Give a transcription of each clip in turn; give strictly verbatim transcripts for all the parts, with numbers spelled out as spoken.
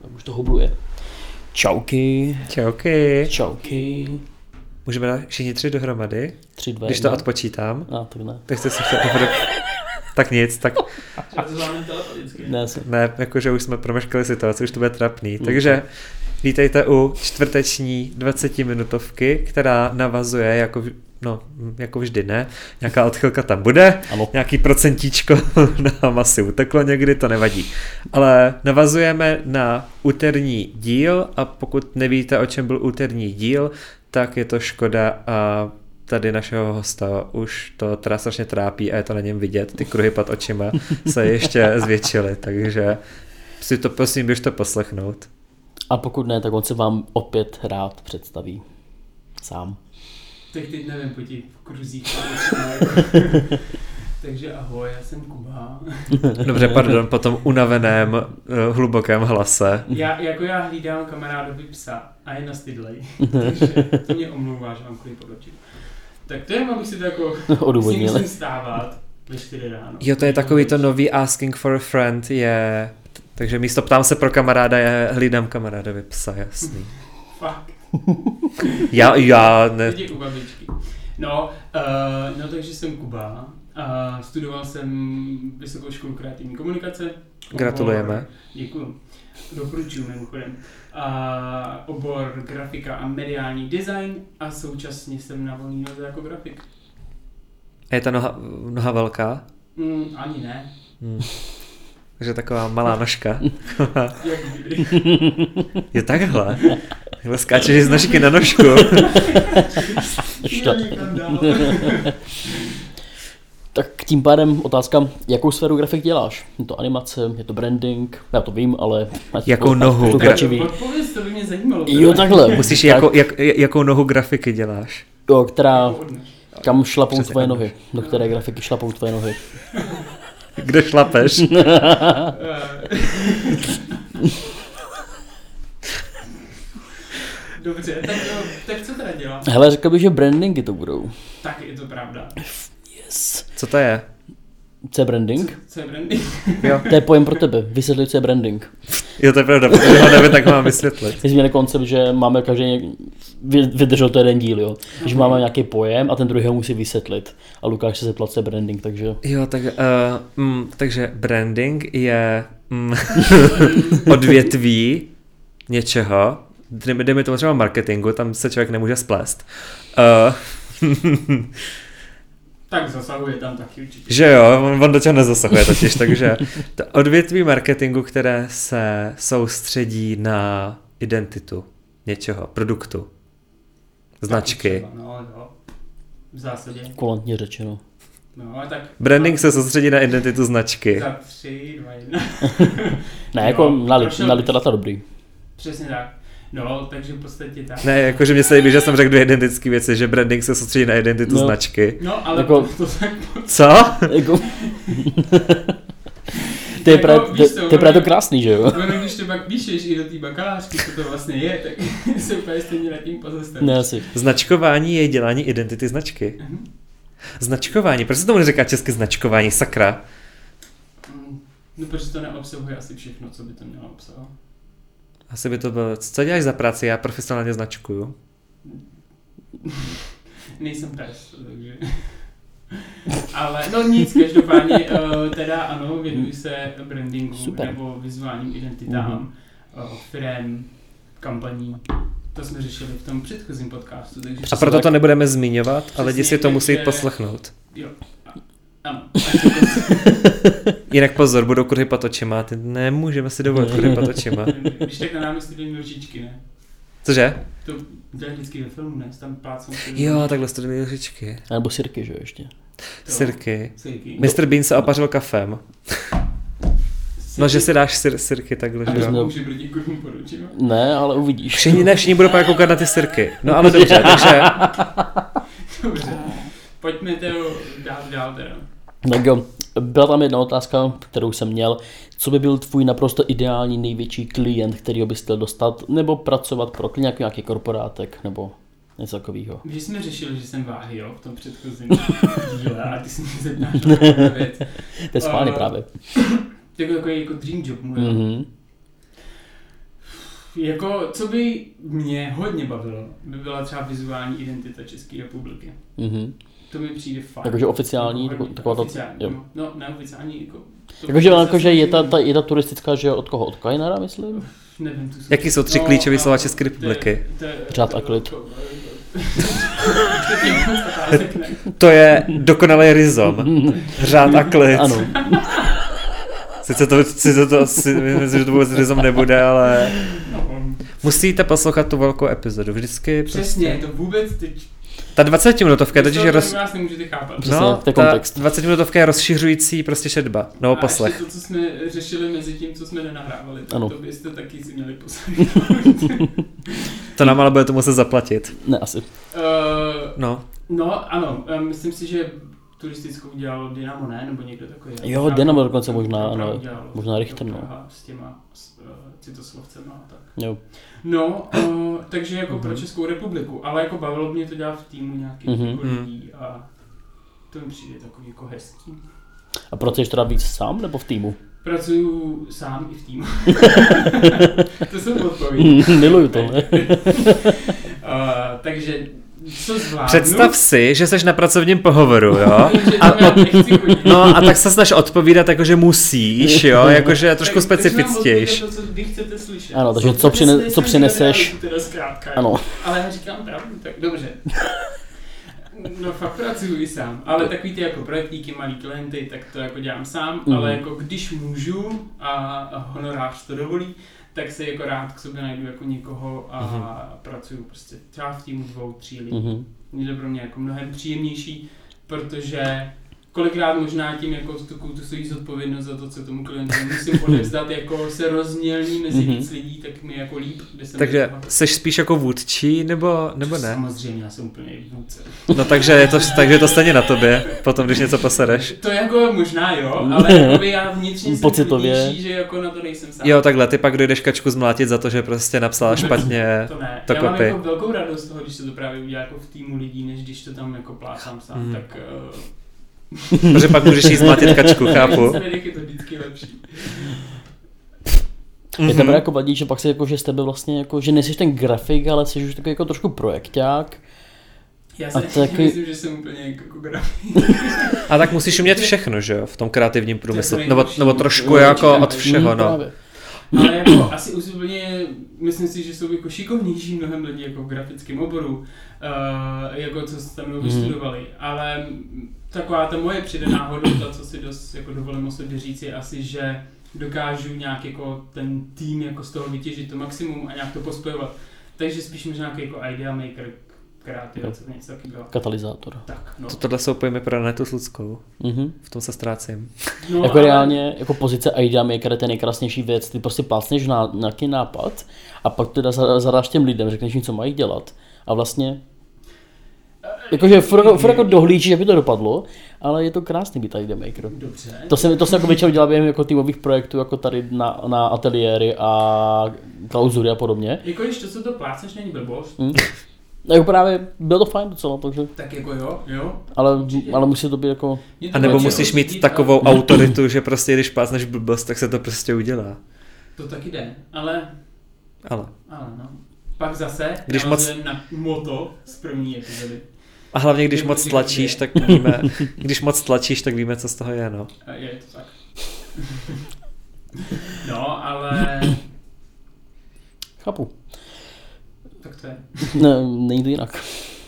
Už to hubluje. Čauky. Čauky. Čauky. Můžeme dát všichni tři dohromady? Tři, dva, Když to odpočítám. A, tak ne. Tak jste si chtěli... tak nic, tak... ne, ne, jakože už jsme promeškali situaci, už to bude trapný. Takže vítejte u čtvrteční dvacetiminutovky, která navazuje jako... No, jako vždy ne. Nějaká odchylka tam bude, ano. Nějaký procentíčko nám asi uteklo někdy, to nevadí. Ale navazujeme na úterní díl a pokud nevíte, o čem byl úterní díl, tak je to škoda a tady našeho hosta už to teda strašně trápí a je to na něm vidět. Ty kruhy pod očima se ještě zvětšily, takže si to prosím běž to poslechnout. A pokud ne, tak on se vám opět rád představí. Sám. Tak teď nevím po těch kruzích. Takže ahoj, já jsem Kuba. Dobře, pardon, po tom unaveném, hlubokém hlase. Já, jako já hlídám kamarádovi psa a je nastydlej. Takže to mě omlouvá, že mám klid pod oči. Tak to jenom, abych si to jako s ním musím stávat ve čtyři ráno. Jo, to je takový to nový asking for a friend je... Takže místo ptám se pro kamaráda je hlídám kamarádovi psa, jasný. Fuck. Já, já ne... Lidi u babičky. No, uh, no takže jsem Kuba. Uh, studoval jsem Vysokou školu kreativní komunikace. Gratulujeme. Obor, děkuju. Doporučuji mimochodem. Uh, obor grafika a mediální design a současně jsem na volný noze jako grafik. A je ta noha, noha velká? Mm, ani ne. Hmm. Takže taková malá nožka. Jak kdy. Je takhle. Takhle skáčeš z nožky na nožku. Tak tím pádem otázka, jakou sféru grafik děláš? Je to animace, je to branding, já to vím, ale... Jakou to, nohu? To Gra- Odpověď, to by mě zajímalo. Jo, takhle. Musíš, tak, jako, jak, jakou nohu grafiky děláš? Jo, která... Kam šlapou Přesně tvoje nohy? Do které grafiky šlapou tvoje nohy? Kde šlapeš? Dobře, tak, tak co teda dělám? Hele, řekl bych, že brandingy to budou. Tak je to pravda. Yes. Co to je? Co je branding? Co, co je branding? Jo. To je pojem pro tebe. Vysvětli, co je branding. Jo, to je pravda, protože ho nevím, tak mám vysvětlit. My jsme měli koncept, že máme každý vydržel to jeden díl, jo. Když máme nějaký pojem a ten druhý ho musí vysvětlit. A Lukáš se zeptal, co je branding, takže... Jo, tak, uh, mm, takže branding je mm, odvětví něčeho, dejme tomu třeba marketingu, tam se člověk nemůže splést. Uh, tak zasahuje tam taky určitě. Že jo, on, on do čeho nezasahuje totiž, takže to odvětví marketingu, které se soustředí na identitu něčeho, produktu, značky. Třeba, no jo, v zásadě. Kulantně řečeno. No, tak... Branding se soustředí na identitu značky. Za tři, dva, jedna. Ne, jako no, na, li, na literata dobrý. Přesně tak. No, takže v podstatě tak. Ne, jakože mě se líbí, že jsem řekl dvě identické věci, že branding se soustředí na identitu no. značky. No, ale jako, to, to tak... Co? Jako... To je právě to krásný, že jo? No, když to pak píšeš i do té bakalářky, co to vlastně je, tak se úplně stejně nad tím pozastavíš. Ne, asi. Značkování je dělání identity značky. Uh-huh. Značkování, proč se tomu neříká česky značkování, sakra? No, protože to neobsahuje asi všechno, co by to mělo obsahovat. Asi by to bylo, co děláš za práci, já profesionálně značkuju. Nejsem pes, takže... Ale no nic, každopádně uh, teda ano, věnuji se brandingu Super. nebo vizuálním identitám, uh-huh. uh, firem, kampaní. To jsme řešili v tom předchozím podcastu. Takže a proto to nebudeme zmiňovat, Přesně, a lidi si to musí takže... poslechnout. Jo. Ano. Jinak pozor, budou kruhy pod očima, ty nemůžeme si dovolit kruhy pod očima. Když tak na námi studují lžičky, ne? Cože? To dělají vždycky ve filmu, ne? Tam plácnou Jo, takhle studují lžičky. Nebo sirky, že jo, ještě. Sirky. Sirky. mister Bean se opařil kafem. No, že si dáš sir, sirky takhle, že jo? Může proti kruhům pod očima? Ne, ale uvidíš. Všichni, ne, všichni budou pak koukat na ty sirky. No ale dobře, takže... Dobře. Pojďme to dát dál teda. Tak jo, byla tam jedna otázka, kterou jsem měl. Co by byl tvůj naprosto ideální největší klient, kterýho bys chtěl dostat, nebo pracovat pro nějaký, nějaký korporátek, nebo něco takového? Když jsme řešili, že jsem váhy, jo, v tom předchozím díle, a ty si mě zeptáš na věc. To je schválně uh, právě. To je takový jako dream job můj. Mm-hmm. Jako, co by mě hodně bavilo, by byla třeba vizuální identita České republiky. Mm-hmm. To mi přijde fajn. Jakože oficiální, jako, jako, taková oficiální, ta, no, no, neoficiální, jako... Jakože jako, je, ta, ta, je ta turistická, že od koho? Od Kajnara, myslím? Nevím, tu Jaký jsou tři no, klíčové slova České republiky? Řád a klid. To je dokonalý rizom. Řád a klid. Ano. Sice to, sice to asi, myslím, že to vůbec rizom nebude, ale musíte poslouchat tu velkou epizodu. Vždycky přesně, prostě... to vůbec teď... Ta dvacetiminutovka je totiž je roz... vás nemůžete chápat. Přesně, no, to je ta kontext. dvacetiminutovka je rozšiřující prostě četba, nebo a poslech. ještě to, co jsme řešili mezi tím, co jsme nenahrávali, tak ano. To byste taky si měli poslat. To nám ale bude to muset zaplatit. Ne, asi. Uh, no. No, ano, myslím si, že turistickou dělal Dynamo, ne? Nebo někdo takový. Jo, Dynamo dokonce možná, ano, dělal, možná Richter, no. S těma s, uh, citoslovcema a tak. Jo. No, uh, takže jako mm-hmm. pro Mhm. Českou republiku, ale jako bavilo mě to dělat v týmu nějakých Mhm. jako lidí a to mi přijde takový jako hezký. A pracuješ teda víc sám nebo v týmu? Pracuju sám i v týmu. To jsem odpověď. Miluju to, ne? uh, takže co zvládnu? Představ si, že jsi na pracovním pohovoru, jo? Že tam já nechci chodit. No a tak se snaž odpovídat jako, že musíš, jo? Jakože trošku specifictějš. To, co vy chcete slyšet. Ano, takže co, přine, co přineseš? Teda zkrátka, ano. Ale já říkám pravdu, tak dobře. No fakt pracuji i sám, ale takový ty jako projektíky, malý klienty, tak to jako dělám sám, mm. ale jako když můžu a honorář to dovolí, tak se jako rád k sobě najdu jako někoho a mm-hmm. pracuju prostě třeba v týmu dvou, tří lidí. Mm-hmm. Je to pro mě jako mnohem příjemnější, protože kolikrát možná tím jako tu, tu svoji zodpovědnost za to, co tomu klientovi musím odevzdat, jako se rozmělní mezi mm-hmm. víc lidí, tak mi jako líp. Takže jsi spíš jako vůdčí, nebo, nebo ne? Samozřejmě, já jsem úplně vůdce. No takže je to, takže to stejně na tobě, potom když něco posereš. To jako možná jo, ale jako já vnitřně jsem vůdnější, že jako na to nejsem sám. Jo, takhle, ty pak dojdeš kačku zmlátit za to, že prostě napsala špatně to ne. to Já kopy. mám jako velkou radost z toho, když se to právě udělá jako v týmu lidí, než když to tam jako plácám sám, mm. tak... Uh... Protože pak můžeš jít zmlátit kačku, chápu. Je to vždycky lepší. Je to jako vadí, že pak si jako, že z tebe vlastně jako, že nejsi ten grafik, ale jsi už takový jako trošku projekťák. Já si taky... myslím, že jsem úplně jako grafik. A tak musíš umět všechno, že jo, v tom kreativním průmyslu. Nebo, nejlepší, nebo trošku no, jako od všeho, no. Ale jako asi už úplně, myslím si, že jsou jako šikovnější mnohem lidí jako v grafickém oboru, uh, jako co se tam vystudovali, ale taková ta moje přidaná hodnota, co si dost jako dovolím o sobě říct, je asi, že dokážu nějak jako ten tým jako z toho vytěžit to maximum a nějak to pospojovat. Takže spíš možná nějaký jako idea maker, kreativace, něco takového. Katalyzátor. Tak, no. To tohle jsou pojmy pro Anetu Sluckou. Mm-hmm. V tom se ztrácím. No, jako ale... reálně, jako pozice idea maker je ten nejkrásnější věc. Ty prostě plácneš na nějaký nápad a pak teda zadáš těm lidem, řekneš jim, co mají dělat. A vlastně jakože furt, furt jako dohlížíš, aby to dopadlo, ale je to krásný být idea maker. Dobře. To se, to se jako většinou dělá během jako týmových projektů, jako tady na, na ateliéry a klauzury a podobně. Jako když to, co to pláceš, není blbost. Hmm. Jako právě bylo to fajn docela, takže... Tak jako jo, jo. Ale, ale musí to být jako... A nebo musíš mít takovou a... autoritu, že prostě když plácneš blbost, tak se to prostě udělá. To taky jde, ale... Ale. Ale no. Pak zase, když moc... na moto z první epizody. A hlavně, když moc tlačíš, tak víme, když moc tlačíš, tak víme, co z toho je, no. Je to tak. No, ale... Chápu. Tak to je. Ne, není to jinak.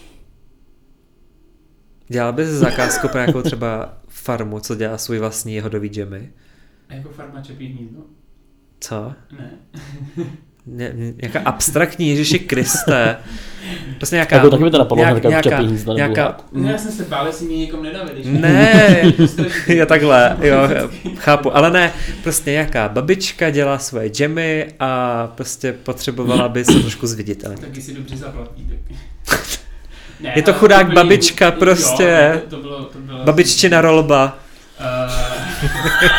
Dělal bys zakázku pro nějakou třeba farmu, co dělá svůj vlastní jahodový džemy? Jako farma Čapí hnízdo? Co? Ne. Ně, nějaká abstraktní, Ježiši Kriste. Prostě nějaká... Jako taky by to napadlo, nějak, nějaká, Čapí hnízdo nějaká, no já jsem se bál, jestli mě někom nedali. Ne, je takhle, jo, chápu, ale ne, prostě nějaká babička dělá svoje džemy a prostě potřebovala by se trošku zviditelnit. Taky si dobře zaplatí. Ne, je to chudák to babička, jo, prostě, to, to bylo, to bylo babiččina rolba. Uh...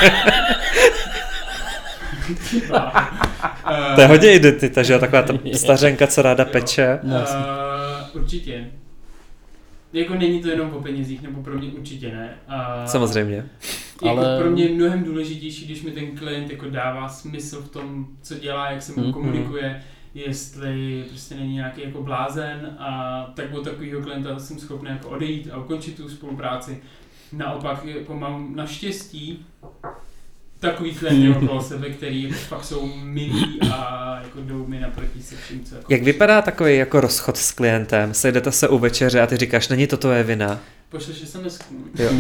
To je hodně identita, že jo, taková ta stařenka, co ráda peče. Uh, určitě. Jako není to jenom o penězích, nebo pro mě určitě ne. Uh, Samozřejmě. Jako ale... pro mě je mnohem důležitější, když mi ten klient jako dává smysl v tom, co dělá, jak se mu mm-hmm. komunikuje, jestli prostě není nějaký jako blázen a tak od takového klienta jsem schopný jako odejít a ukončit tu spolupráci. Naopak jako mám naštěstí takový klienty okolo sebe, který jako fakt jsou milí a jako jdou mi naproti se vším, co jako... Jak vypadá takový jako rozchod s klientem? Sejdete se u večeře a ty říkáš, není to tvoje vina? Pošleš es em esku. Jo.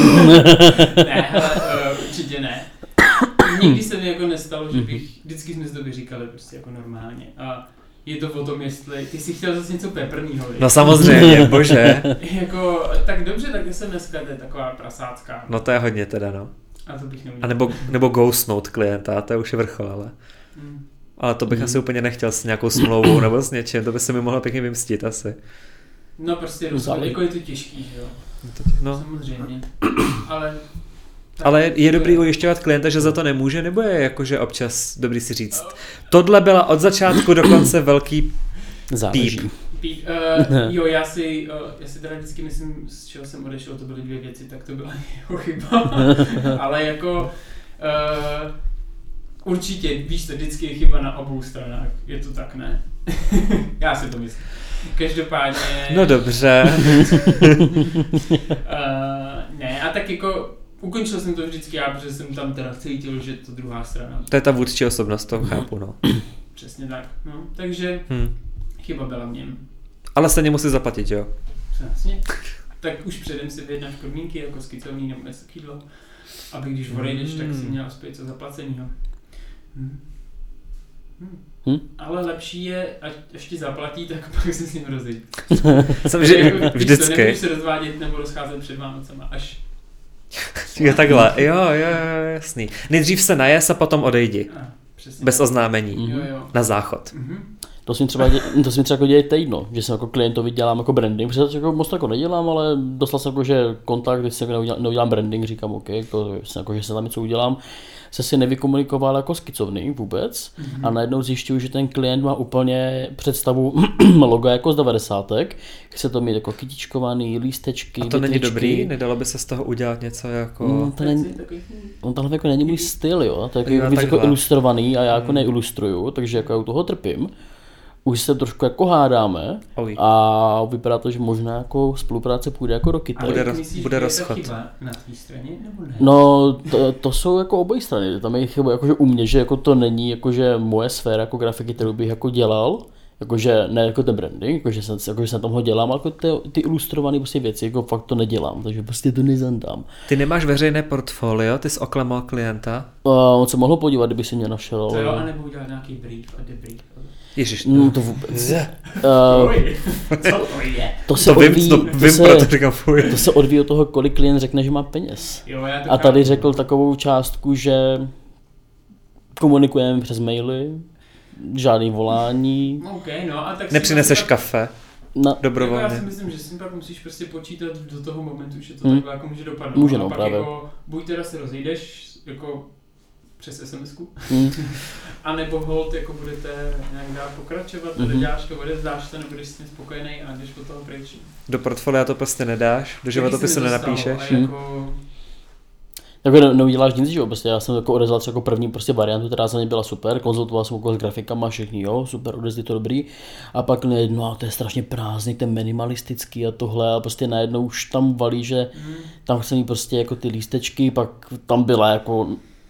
Ne, hele, uh, určitě ne. Nikdy se mi jako nestalo, že bych, vždycky jsme si to vyříkali prostě jako normálně. A je to o tom, jestli, ty jsi chtěl zase něco peprnýho. No samozřejmě, bože. Jako, tak dobře, tak es em eska, to je taková prasácká. No to je hodně teda, no. A to bych neudělal. A nebo, nebo ghostnout klienta, to je už vrchol, ale. Mm. Ale to bych Mm. asi úplně nechtěl s nějakou smlouvou nebo s něčím, to by se mi mohlo pěkně vymstit asi. No prostě rozhodně, jako je to těžký, že jo. No. Samozřejmě. Ale... Ale je dobrý ujišťovat klienta, že za to nemůže, nebo je jakože občas dobrý si říct? Tohle byla od začátku do konce velký Záleží. píp. Píp, uh, jo, já si, uh, já si teda vždycky myslím, z čeho jsem odešel, to byly dvě věci, tak to byla jeho chyba. Ale jako uh, určitě, víš to, vždycky je chyba na obou stranách, je to tak, ne? Já si to myslím. Každopádně... No dobře. uh, ne, a tak jako ukončil jsem to vždycky já, protože jsem tam teda cítil, že to druhá strana. To je ta vůdčí osobnost, to chápu, no. Přesně tak, no. Takže Hmm. chyba byla v něm. Ale stejně musí zaplatit, jo? Přesně. Tak už předem si vyjednáš podmínky jako skicovný nebo něco kýdlo, aby když odejdeš, tak si měl zpět co zaplacenýho. Hm. Hm. Hm? Ale lepší je, ať ještě zaplatí, tak pak se s ním rozejít. Jsem, že Jako, víš co, vždycky. nebudeš se rozvádět nebo rozcházet před Vánocema, až... Je takhle, jo, jo, jo, jasný. Nejdřív se najes a potom odejdi. A, přesně. Bez oznámení. Jo, jo. Na záchod. Mhm. To si třeba, dě, to si třeba jako děje týdno, že jsem jako klientovi dělám jako branding, protože jako moc jako nedělám, ale dostal jsem jako, že kontakt, když jsem jako neudělám, neudělám branding, říkám OK, jako, jako, že se tam něco udělám, se si nevykomunikoval jako skicovný vůbec mm-hmm. a najednou zjišťuju, že ten klient má úplně představu logo jako z devadesátek, chce to mít jako kytičkovaný, lístečky, A to není větvičky. dobrý? Nedalo by se z toho udělat něco jako... Mm, to není, Takový- on tahle jako není můj styl, jo, to je jako, Jo, víc jako takhle. ilustrovaný a já jako neilustruju, takže jako já u toho trpím. Už se trošku jako hádáme Oj. a vypadá to, že možná jako spolupráce půjde jako roky. Ale Bude jak roz- myslíš, bude že je rozchod. to chyba na tvý straně, nebo ne? No, to, to jsou jako obě strany. Tam je chyba jakože u mě, že jako to není jakože moje sféra jako grafiky, kterou bych jako dělal. Jakože ne jako ten branding, jakože jsem, jakože jsem tam ho dělám, ale jako ty, ty ilustrované prostě věci, jako fakt to nedělám, takže prostě to nezandám. Ty nemáš veřejné portfolio, ty jsi oklamal klienta? Uh, on se mohl podívat, kdyby si mě našel. To jo, ale... anebo udělat nějaký brief a debrief. Ježiš, No, to vůbec. Uh, Oj, co to je? to se to vím, odvíjí, to to vím, se, proto říkám fuj. to se odvíjí od toho, kolik klient řekne, že má peněz. Jo, já to A tady chápu. řekl takovou částku, že komunikujeme přes maily, žádný volání. OK, no a tak si Nepřineseš pak- kafe Na, Jako já dobrovolně. si myslím, že si pak musíš prostě počítat do toho momentu, že to Hmm. takhle jako může dopadnout. Může, A no, pak právě. Jako, buď teda se rozejdeš jako přes es em esku, mm, a nebo hold jako budete nějak dál pokračovat, Mhm. mm-hmm. děláš to, odevzdáš to, nebudeš s tím spokojený a jdeš od toho pryč. Do portfolia to prostě nedáš, do životopisu nenapíšeš. A jako, jako ne, neuděláš nic, že jo, prostě já jsem jako odezval třeba jako první prostě variantu, která za mě byla super, konzultoval jsem jako s grafikama, všechny, jo, super, odezli to dobrý. A pak najednou, a to je strašně prázdný, ten minimalistický a tohle, a prostě najednou už tam valí, že mm, tam chce mít prostě jako ty lístečky, pak tam byla jako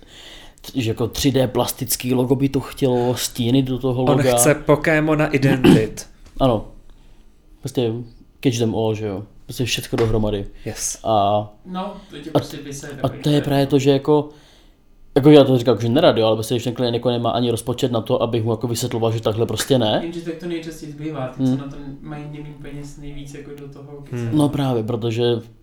že jako tři dé plastický logo by to chtělo, stíny do toho On loga. chce Pokémona Identit. Ano. Prostě catch them all, že jo. Prostě všechno dohromady. Yes. A, no, to tě prostě vysaje a takový to je trend. právě to, že jako jako já to říkám, že nerad, jo, ale prostě když ten klient jako nemá ani rozpočet na to, abych mu jako vysvětloval, že takhle prostě ne. Jenže tak to nejčastěji zbývá, ty, Hmm. co na tom mají nemým peněz nejvíc jako do toho Hmm. hmm. No právě, protože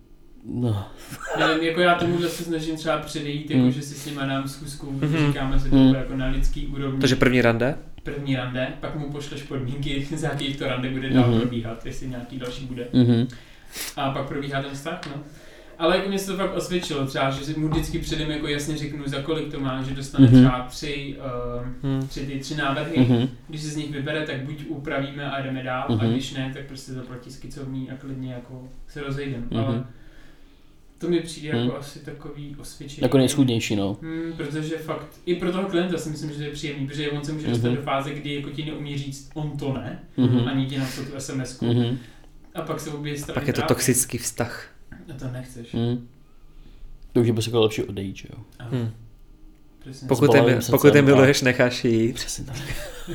no, Nevím, jako já tomu se snažím třeba předejít, jako Hmm. že si s nima dám schůzku, Mhm. říkáme si to Hmm. jako na lidský úrovni. Takže první rande? První rande, pak mu pošleš podmínky, z jakých to rande bude dál Mhm. probíhat, jestli nějaký další bude. mhm. A pak probíhá ten vztah, no. Ale jako mě se to fakt osvědčilo třeba, že si mu vždycky předem jako jasně řeknu, za kolik to má, že dostane Mhm. třeba tři, uh, Hmm. tři ty tři návrhy. Mhm. Když si z nich vybere, tak buď upravíme a jdeme dál, Mhm. a když ne, tak prostě zaplatí skicovní a klidně jako se rozejdeme. Mhm. Ale To mi přijde Hmm. jako asi takový osvědčení. Jako nejschudnější, no. Hmm, protože fakt, i pro toho klienta si myslím, že to je příjemný, protože on se může dostat Mhm. do fáze, kdy jako ti neumí říct on to ne, Mhm. ani ti napsat tu es em esku. Mhm. A pak se objeví strašně Pak je to trápí. toxický vztah. A to nechceš. Mhm. To už je prostě jako lepší odejít, že jo. Aha, Hmm. přesně. Pokud, Zbalím je, se pokud je celým, miluješ, necháš jí jít. Přesně tak.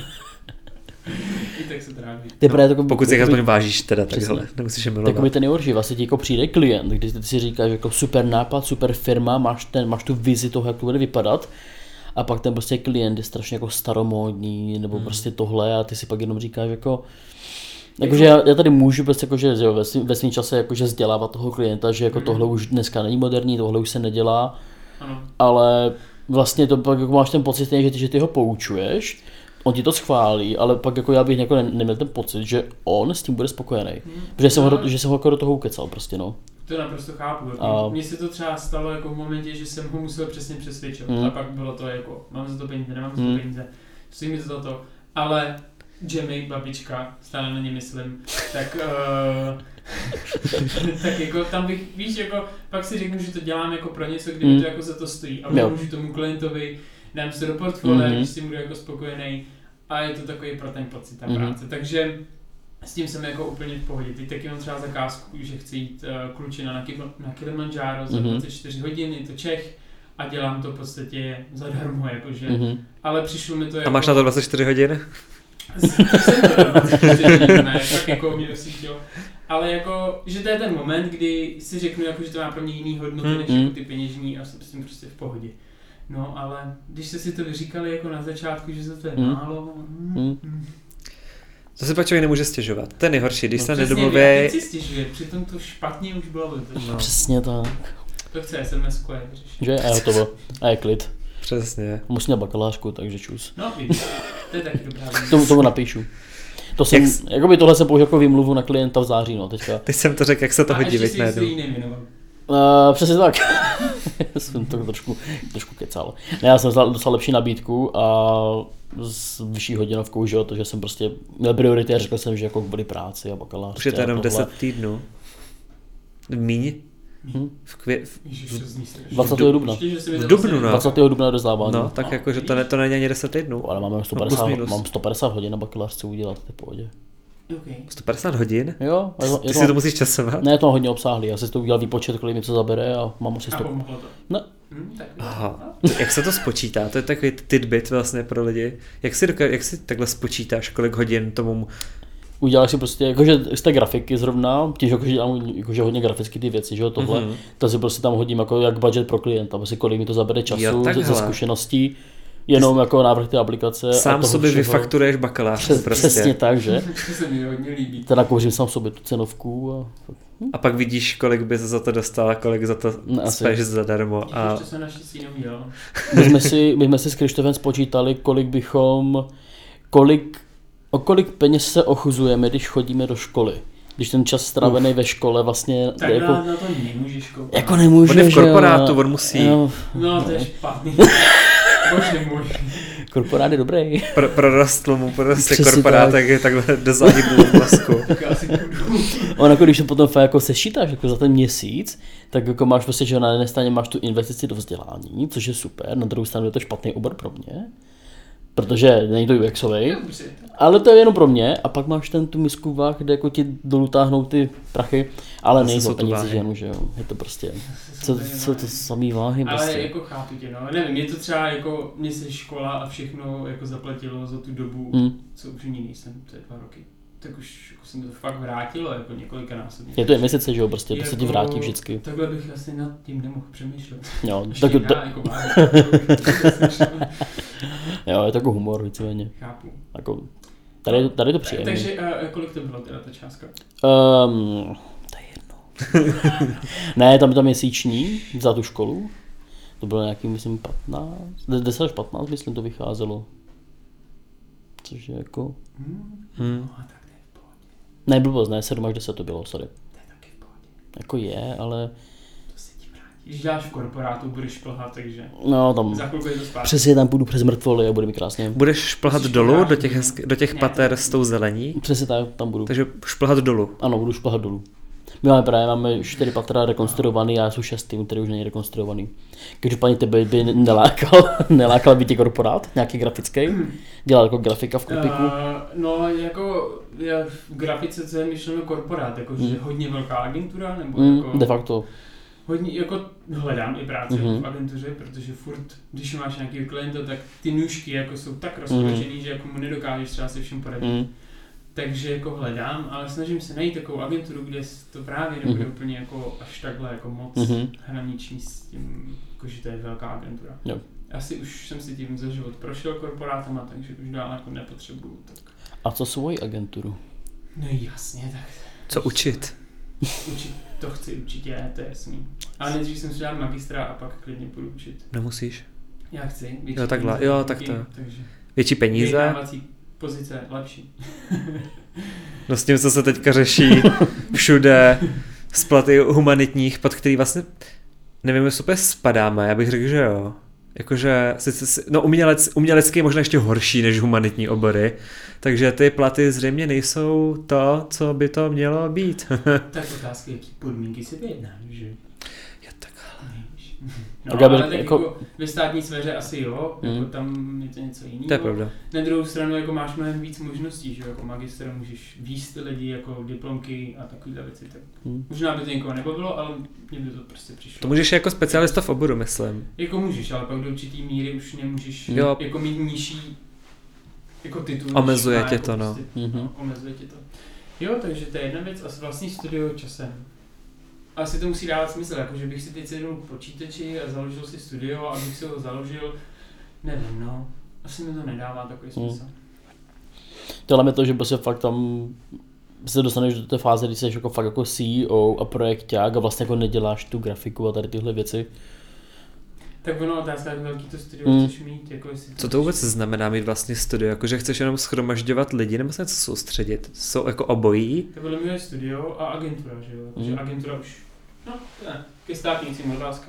I tak se tráví. To je právě takový, Pokud si jich takový- aspoň vážíš teda Přesně. takhle, nemusíš je Takový milovat. ten nejhorší, vlastně ti jako přijde klient, kdy ty si říkáš jako super nápad, super firma, máš, ten, máš tu vizi toho, jak to bude vypadat, a pak ten prostě klient je strašně jako staromódní, nebo hmm. prostě tohle, a ty si pak jenom říkáš jako, jakože já, já tady můžu prostě jakože jo, ve svým, ve svým čase jakože vzdělávat toho klienta, že jako Mhm. tohle už dneska není moderní, tohle už se nedělá, Ano. ale vlastně to pak jako máš ten pocit, že ty, že ty ho poučuješ, on ti to schválí, ale pak jako já bych jako ne, neměl ten pocit, že on s tím bude spokojený. Hmm. Protože jsem ho, No, do- že jsem ho jako do toho ukecal prostě, no. To naprosto chápu. Jako A- Mně se to třeba stalo jako v momentě, že jsem ho musel přesně přesvědčovat. Hmm. A pak bylo to jako, mám za to peníze, nemám za Hmm. to peníze, stojí mi za to. Ale Jamie, babička, stále na ně myslím, tak, uh, tak jako tam bych, víš, jako pak si řeknu, že to dělám jako pro něco, kde mi Hmm. to jako za to stojí. A Jo. můžu tomu klientovi, dám se do portfolia, Mhm. když si budu jako spokojený. A je to takový pro ten pocit, ta Mhm. práce. Takže s tím jsem jako úplně v pohodě. Teď taky mám třeba zakázku, že chci jít uh, klučina na, Kil- na Kilimanjaro za Mhm. dvacet čtyři hodin, je to Čech a dělám to v podstatě zadarmo, jakože. Mhm. Ale přišlo mi to jako... A máš na to dvacet čtyři hodin? Jsem to dal dvacet čtyři hodin, ne, tak jako mě usítilo. Ale jako, že to je ten moment, kdy si řeknu, jako, že to má pro mě jiný hodnoty, než Mhm. jako ty peněžní a jsem s tím prostě v pohodě. No, ale když jste si to vyříkali jako na začátku, že to je Mhm. málo, mm, Mhm. mm. To se pak člověk nemůže stěžovat. To je nejhorší, když No, se Přesně, nedomluví. jak si stěžuje, přitom to špatně už bylo vytrženo. No. Přesně tak. To chce es em esku je vyřešit. Že? A je hotovo. A je klid. Přesně. Musím měl bakalářku, takže čus. No, vidíš, to je taky dobrá věc. Tomu, tomu napíšu. To jsem, Jak jak... jakoby tohle jsem použil jako výmluvu na klienta v září, no, teďka. Teď jsem to řekl, jak se to A hodí, ještě veď si najednou. jsi jí nevěnoval. Uh, přesně tak. jsem to trošku, trošku kecal. Ne, já jsem dostal, dostal lepší nabídku a s vyšší hodinovkou, že jo, to, že jsem prostě měl priority a řekl jsem, že jako kvůli práci a bakalářství. Už je to a jenom tohle. deset týdnů. Míň? Hm? V, kvě... Ježiš, to zní strašně. dvacátého dubna. Ještě, že jsi mi V to dubnu, vlastně- no. dvacátého dubna rozdávání. No, tak No, jako, že to, ne, to není ani deset týdnů. Ale máme sto No, padesát, plus minus. mám sto padesát hodin na bakalářce udělat, to je v pohodě. Okay. sto padesát hodin? Jo, je to, Ty je si to, to musíš časovat? ne, je to hodně obsáhlý, já si to udělal výpočet, kolik mi to zabere a mám asi A sto. pomohlo to. Ne. Hm, tak Aha. Jak se to spočítá? To je takový tidbit vlastně pro lidi. Jak si, doka- jak si takhle spočítáš, kolik hodin tomu... Uděláš si prostě, jakože z té grafiky zrovna, tím, jakože dělám jakože hodně graficky ty věci, že jo, tohle, Mhm. to si prostě tam hodím jako jak budget pro klienta, prostě kolik mi to zabere času Jo, ze, takhle. ze zkušeností, jenom jako návrh té aplikace. Sám a toho sobě všeho. vyfakturuješ bakalář Přes, prostě. Přesně tak, že? to se mi hodně líbí. Teda kouřím sám sobě tu cenovku a... A pak vidíš, kolik bys za to dostal a kolik za to Ne, asi. speš zadarmo. A... A Ještě jsem naštěstí neudělal. My jsme si, my jsme si s Krištofem spočítali, kolik bychom, kolik, o kolik peněz se ochuzujeme, když chodíme do školy. Když ten čas strávený ve škole vlastně Tak jako, na, na to nemůžeš koukat. jako nemůže, on je v že jo, korporátu, on musí. Jo, No, to je špatný. Bože můj. korporát je dobrý. Pro, prorostl mu prostě Přesně korporát, tak. tak je takhle do záhybu v mozku. Tak já si půjdu. On jako když to potom fakt jako sešítáš jako za ten měsíc, tak jako máš prostě, že na jedné straně máš tu investici do vzdělání, což je super, na druhou stranu je to špatný obor pro mě, protože není to U Xovej, Dobře. ale to je jenom pro mě a pak máš ten tu misku váh, kde jako ti dolů táhnou ty prachy, ale Zase nejsou jsou to peníze váhy. ženu, že jo, je to prostě, co, co to samý váhy Ale prostě. jako chápu tě, no. Nevím, je to třeba jako, mě se škola a všechno jako zaplatilo za tu dobu, Mm. co už ní nejsem, to je dva roky. Tak už jako se mi to fakt vrátilo, jako několika násobně. Je to investice, že jo, prostě to se ti vrátí vždycky. Takhle bych asi nad tím nemohl přemýšlet. Jo, Ještě tak, já, tak, jako vážně, jo, je to jako humor víceméně. chápu. Jako, tady, je to- tady je to příjemné. Takže uh, kolik to bylo teda ta částka? Um, to je jedno. Ne, tam je to měsíční za tu školu. To bylo nějaký, myslím, patnáct, deset až patnáct, myslím, to vycházelo. Což je jako... Hmm. Hmm. No, tak to je v pohodě. Ne, blbost, ne, sedm až deset to bylo, sorry. To je taky v pohodě. Jako je, ale... To se ti vrátí. Když děláš v korporátu, budeš plhat, takže No, tam... za chvilku je to zpátky. Přesně tam půjdu přes mrtvoly a bude mi krásně. Budeš šplhat Musíš dolů do pořád- těch, hezky, do těch Ne, pater to- s tou zelení, Přesně tak, tam budu. takže šplhat dolů. Ano, budu šplhat dolů. My máme právě máme čtyři patra rekonstruovaný a já jsem šestý, který už není rekonstruovaný. Každopádně tebe by nelákal, nelákal by tě korporát, nějaký grafický? Dělal jako grafika v Kupiku? Uh, no, jako já v grafice, co je myšleno korporát, jakože Hmm. hodně velká agentura, nebo Mm, jako... de facto. Hodně, jako hledám i práci Mhm. v agentuře, protože furt, když máš nějaký klienta, tak ty nůžky jako jsou tak rozložený, Mhm. že jako mu nedokážeš třeba se všem poradit. Mm. Takže jako hledám, ale snažím se najít takovou agenturu, kde to právě nebude Mhm. úplně jako až takhle jako moc Mhm. hraniční s tím, jako že to je velká agentura. Jo. Asi už jsem si tím za život prošel korporátama, takže už dál jako nepotřebuju. Tak. A co svoji agenturu? No jasně, tak Co učit? učit, to chci určitě, to je jasný. Ale nejdřív jsem si dal magistra a pak klidně půjdu učit. Nemusíš. Já chci. větší Jo, takhle, peníze, jo, tak díky, to. Takže Větší peníze? vyjednávací pozice lepší. No s tím, co se teďka řeší všude, z platy humanitních, pod který vlastně, nevím, jestli úplně spadáme, já bych řekl, že jo. Jakože, sice, si- no umělec, umělecký je možná ještě horší než humanitní obory, takže ty platy zřejmě nejsou to, co by to mělo být. Tak otázka, jaký podmínky si vyjednáš, že? Jo, tak. Nevíš. No, Tak já bych ale tak jako- jako ve státní sféře asi jo, Mm. jako tam je to něco jiného. To je pravda. Na druhou stranu jako máš mnohem víc možností, že jo, jako magister můžeš výst lidi jako diplomky a takovýhle věci, tak Mm. možná by to někoho nebavilo, ale mně by to prostě přišlo. To můžeš jako specialista v oboru, myslím. Jako můžeš, ale pak do určitý míry už nemůžeš Jo. jako mít nižší jako titul. než Omezuje má tě jako to, no. prostě, Mhm. no. Omezuje tě to. Jo, takže to je jedna věc a vlastní studio časem. Asi to musí dávat smysl, jako že bych si teď sedl k počítači a založil si studio a abych si ho založil, nevím, no. Asi mi to nedává takový Hmm. smysl. Tohle je to, že prostě fakt tam se dostaneš do té fáze, kdy jsi jako fakt jako C E O a projekťák a vlastně jako neděláš tu grafiku a tady tyhle věci. Tak ono otázka, jak velký to studio Mm. chceš mít, jako jestli Co to vůbec znamená mít vlastně studio? Jakože chceš jenom schromažďovat lidi nebo se něco soustředit? Jsou jako obojí? To bylo moje studio a agentura, že jo? Takže Mm. agentura už, no, ne, ke státnícím otázka.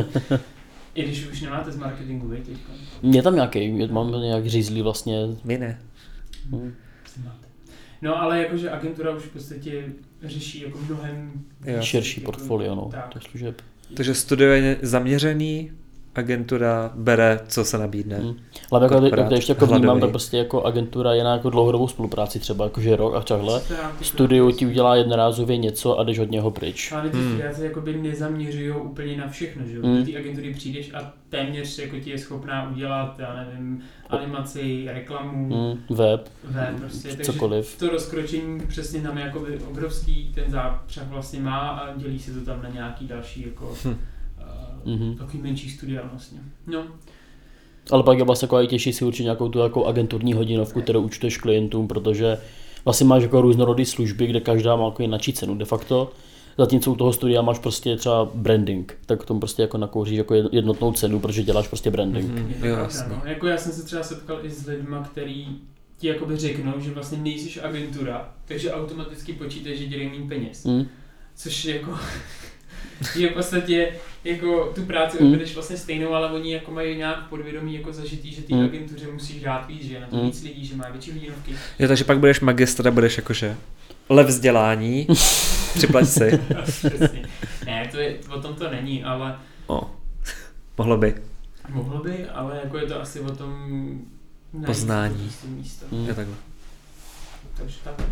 I když už nemáte z marketingu, vej, teďka. Je tam nějaký, mám nějak řízlý vlastně. My ne. Hm. Si máte. No ale jakože agentura už v podstatě řeší jako mnohem Jo. víc, Širší jako, portfolio, no, tak. těch služeb. Takže studio je zaměřený, agentura bere, co se nabídne. Hm. Ale jako, Korporát, jak to ještě jako vnímám, hladový. tak prostě jako agentura je na jako dlouhodobou spolupráci třeba, jakože rok a takhle. Stará ty Studio práce. ti udělá jednorázově něco a jdeš od něho pryč. Ale ty Hmm. studia se jakoby nezaměřují úplně na všechno, že jo? Hmm. Do té agentury přijdeš a téměř jako ti je schopná udělat, já nevím, animaci, reklamu, Hm. Web, web prostě. Takže cokoliv. to rozkročení přesně tam je jakoby obrovský, ten zápřah vlastně má a dělí se to tam na nějaký další jako Hm. uh, Mhm. takový menší studia vlastně. No, Ale pak je vlastně jako těžší si určit nějakou tu jako agenturní hodinovku, kterou účtuješ klientům, protože vlastně máš jako různorodý služby, kde každá má jako jinou cenu de facto. Zatímco u toho studia máš prostě třeba branding, tak k tomu prostě jako nakouříš jako jednotnou cenu, protože děláš prostě branding. Mhm. je to Jo, pravda, jasně. no. Jako já jsem se třeba setkal i s lidma, který ti jakoby řeknou, že vlastně nejsiš agentura, takže automaticky počítají, že dělají méně peněz. Mm. Což je jako, je v podstatě jako tu práci Mm. odvedeš vlastně stejnou, ale oni jako mají nějak podvědomí jako zažitý, že ty Mm. agentuře musíš dát víc, že je na to Mm. víc lidí, že má větší hodinovky. Jo, takže pak budeš magistr a budeš jakože lev vzdělání, připlať si. Přesně. Ne, to je, o tom to není, ale O, mohlo by. mohlo by, ale jako je to asi o tom najít Poznání. prostě místo. Mm. Jo, takhle. Takže tak.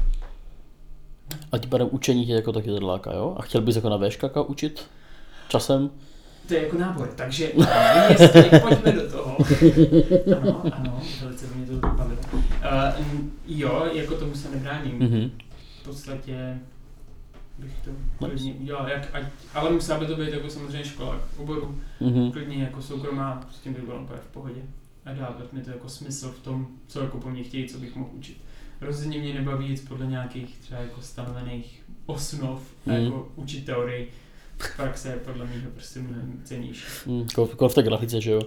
A tím pádem učení tě jako taky zadláka, jo? A chtěl bys jako na véškaka učit časem? To je jako nábor, takže ano, jestli, pojďme do toho. Ano, ano, velice mě to bavilo. Uh, jo, jako tomu se nebráním. Mhm. V podstatě bych to klidně udělal, jak, ať, ale musela by to být jako samozřejmě škola oboru, Mhm. klidně jako soukromá, s tím by bylo úplně v pohodě. A dávat mi to jako smysl v tom, co jako po mně chtějí, co bych mohl učit. Rozhodně mě nebaví jít podle nějakých třeba jako stanovených osnov a Mhm. jako učit teorii. Praxe je podle mě prostě mnohem cenější. Mm, Jako jako v té grafice, že jo?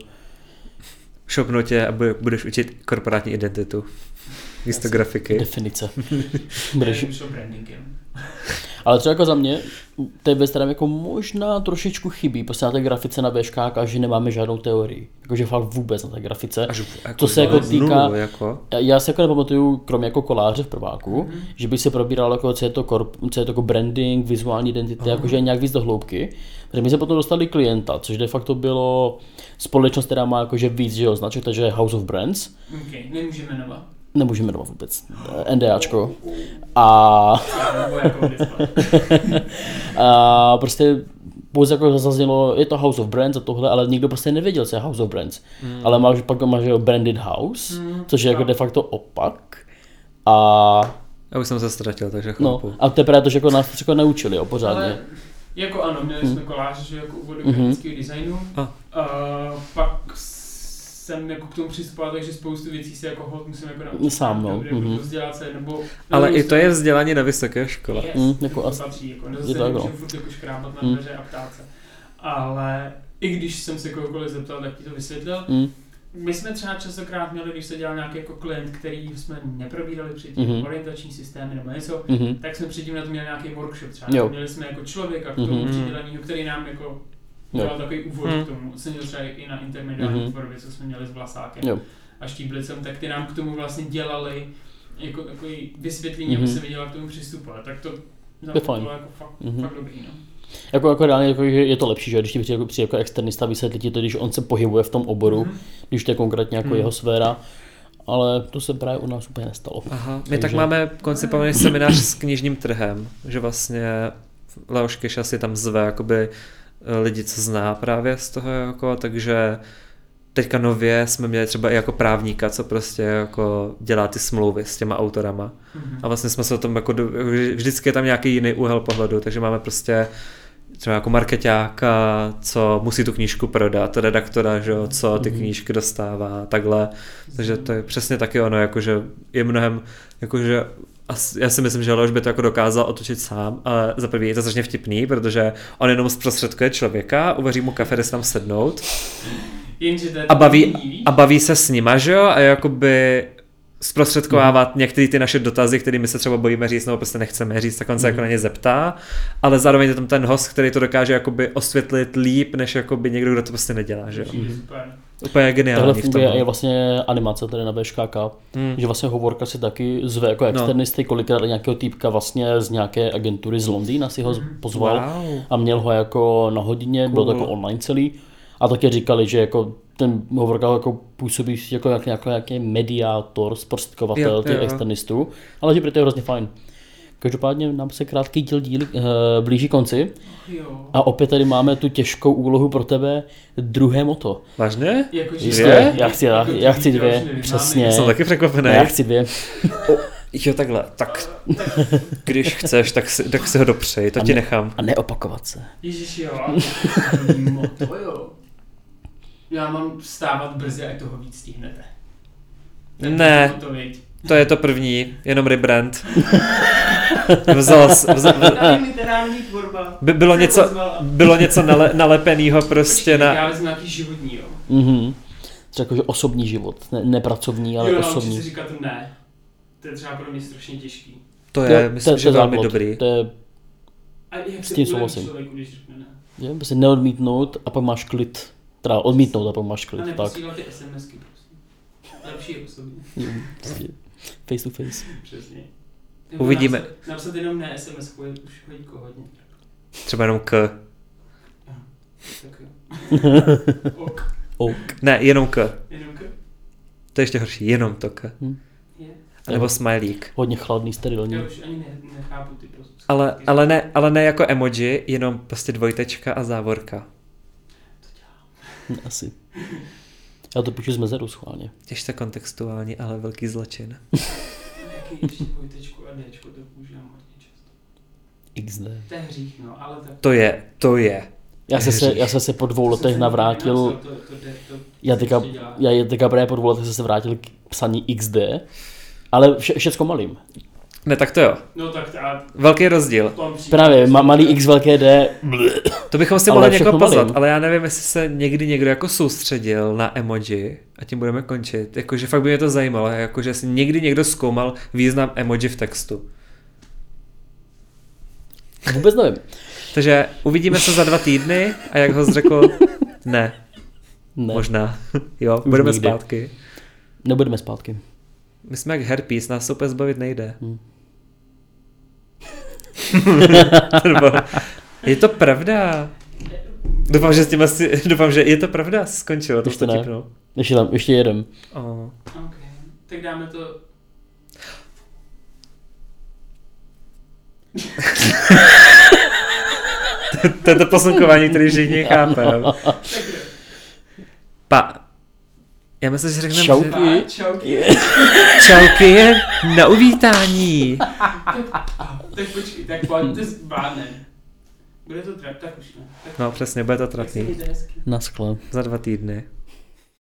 Šopnu tě a bude- budeš učit korporátní identitu. Místo Jasně. grafiky. Definice. Budeš Budeš... už o brandingem. Ale třeba jako za mě, to je věc, která mi jako možná trošičku chybí, prostě na té grafice na VŠKák, že nemáme žádnou teorii. Jakože fakt vůbec na té grafice. Až, jako to se jako týká, nulu, jako. já si jako nepamatuju, kromě jako koláře v prváku, mm-hmm. že by se probíral jako, co je to, korp, co je to jako branding, vizuální identity, uh-huh. jakože nějak víc do hloubky. Takže my jsme potom dostali klienta, což de facto bylo společnost, která má jakože víc, že jo, značek, takže House of Brands. Okay, nemůžeme jmenovat. Nemůžeme jmenovat vůbec. NDAčko. A... a prostě pouze jako zaznělo, je to House of Brands a tohle, ale nikdo prostě nevěděl, co je House of Brands. Mm. Ale máš, pak máš Branded House, mm. což je jako de facto opak. A... Já už jsem se ztratil, takže chápu. No, a teprve to, že jako nás jako neučili, jo, pořádně. Ale jako ano, měli jsme kolář, že jako úvod do grafického designu. A. A pak jsem jako k tomu přistupoval, takže spoustu věcí si jako hod musím jako naučit. Sám, no. Mm-hmm. Vzdělat se, nebo... Ale i to je vzdělání na vysoké škole. Yes, mm, jako to as... patří, jako je to nemůžem furt jako škrábat na dveře mm. a ptát se. Ale i když jsem se kohokoliv zeptal, tak ti to vysvětlil. Mm. My jsme třeba častokrát měli, když se dělal nějaký jako klient, který jsme neprobírali předtím, mm-hmm. orientační systémy nebo něco, mm-hmm. tak jsme předtím na to měli nějaký workshop třeba. Jo. Měli jsme jako člověka k tomu mm-hmm. přidělenýho, který nám jako dělal takový úvod mm. k tomu. Jsem měl třeba i na intermediální mm-hmm. tvorbě, co jsme měli s Vlasákem jo. a Štíblicem, tak ty nám k tomu vlastně dělali jako takový vysvětlení, mm-hmm. aby se viděla k tomu přistupovat. Tak to za mě bylo jako fakt, mm-hmm. fakt dobrý. No. Jako, jako reálně jako, je to lepší, že když ti přijde jako, přijde jako externista vysvětlit ti to, když on se pohybuje v tom oboru, mm-hmm. když to je konkrétně jako mm. jeho sféra, ale to se právě u nás úplně nestalo. Aha. My Takže... tak máme koncipovaný seminář s knižním trhem, že vlastně Leoš Keša si tam zve jakoby lidi, co zná právě z toho, jako, takže teďka nově jsme měli třeba i jako právníka, co prostě jako dělá ty smlouvy s těma autorama. Mm-hmm. A vlastně jsme se o tom jako, vždycky je tam nějaký jiný úhel pohledu, takže máme prostě třeba jako markeťáka, co musí tu knížku prodat, redaktora, že, co ty knížky dostává, takhle. Takže to je přesně taky ono, jakože je mnohem, jakože já si myslím, že Leoš by to jako dokázal otočit sám, ale za první je to strašně vtipný, protože on jenom zprostředkuje člověka, uvaří mu kafe, jde se tam sednout a baví, a baví se s nima, že jo, a jakoby zprostředkovávat mm. některé ty naše dotazy, které my se třeba bojíme říct, nebo prostě nechceme říct, tak on se mm. jako na ně zeptá, ale zároveň je tam ten host, který to dokáže jakoby osvětlit líp, než jakoby někdo, kdo to prostě nedělá, že jo. Mm. Úplně geniální. Tohle funguje i vlastně animace tady na VŠKK, mm. že vlastně Hovorka si taky zve jako externisty, no. kolikrát nějakého týpka vlastně z nějaké agentury z Londýna si ho pozval wow. a měl ho jako na hodině, cool. bylo to jako online celý a taky říkali, že jako ten Hovorka jako působí jako nějaký, jako nějaký mediátor, zprostředkovatel těch externistů, ale že pro to je hrozně fajn. Každopádně nám se krátký díl díl uh, blíží konci jo. a opět tady máme tu těžkou úlohu pro tebe, druhé moto. Vážně? Jako, dvě? Já chci, já, já chci dvě, přesně. Jsem taky překvapený. Já chci dvě. Jo, takhle, tak když chceš, tak si, tak si ho dopřej, to a ti ne, nechám. A neopakovat se. Ježiš jo, moto jo. Já mám vstávat brzy, ať toho víc stihnete. Tak ne, to, to je to první, jenom rebrand. Vzal, vzal, vzal, by bylo něco, bylo něco nale, nalepenýho prostě na... Já vezmu nějaký životní, jo. Mhm. Třeba jakože osobní život, ne, nepracovní, ale jo, osobní. Jo, si říkat ne. To je třeba pro mě strašně těžký. To je, to, myslím, to, že to velmi základ, dobrý. To je... A jak s tím souhlasím. Člověku, když řekne ne? Je, prostě neodmítnout a pak máš klid. Teda odmítnout a pak máš klid. A neposílat ty SMSky, prosím. Lepší je osobně. Face to face. Přesně. Uvidíme. Napsat, napsat jenom ne es em es, je už hodí hodně. Třeba jenom k. Aha, tak jo. Ok. Ok. Ne, jenom k. Jenom k? To je ještě horší, jenom to k. Hmm. A nebo smajlík. Hodně chladný, sterilní. Já už ani ne, nechápu ty prostě. Ale, ale, ne, ale ne jako emoji, jenom prostě dvojtečka a závorka. To dělám. Asi. Já to píšu z mezeru schválně. Těžce kontextuální, ale velký zločin. Jaký ještě dvojtečku a Dčko, to používám hodně často. iks dé. To je hřích, no, ale tak... To je, to je. Já jsem se, já jsem se po dvou letech navrátil, to, to, to, to já teďka, já teďka právě po dvou letech jsem se vrátil k psaní iks dé, ale vše, všecko malým. Ne, tak to jo. No tak a... Velký rozdíl. Právě, ma, malý X, velké D. To bychom si mohli někoho pozvat, ale já nevím, jestli se někdy někdo jako soustředil na emoji a tím budeme končit. Jakože fakt by mě to zajímalo, jakože si někdy někdo zkoumal význam emoji v textu. Vůbec nevím. Takže uvidíme se za dva týdny a jak ho řekl, ne. Ne. Možná. Jo, Už budeme nikdy. zpátky. Nebudeme zpátky. My jsme jak herpes, nás se úplně zbavit nejde. Hmm. Je to pravda. Doufám, že s tím asi, doufám, že je to pravda, skončilo, to Ještě to ne. tipnul. Ještě tam, ještě jeden. Oh. OK, tak dáme to... To je to posunkování, který všichni chápem. Pa. Já myslím, že řekneme, Čauky. že... Pa, čauky. Čauky je na uvítání. Tak počkej, tak pojďte s bánem. Bude to trap, tak už ne. Tak No přesně, bude to tak se trapný. mějte hezky. Na skle. Za dva týdny.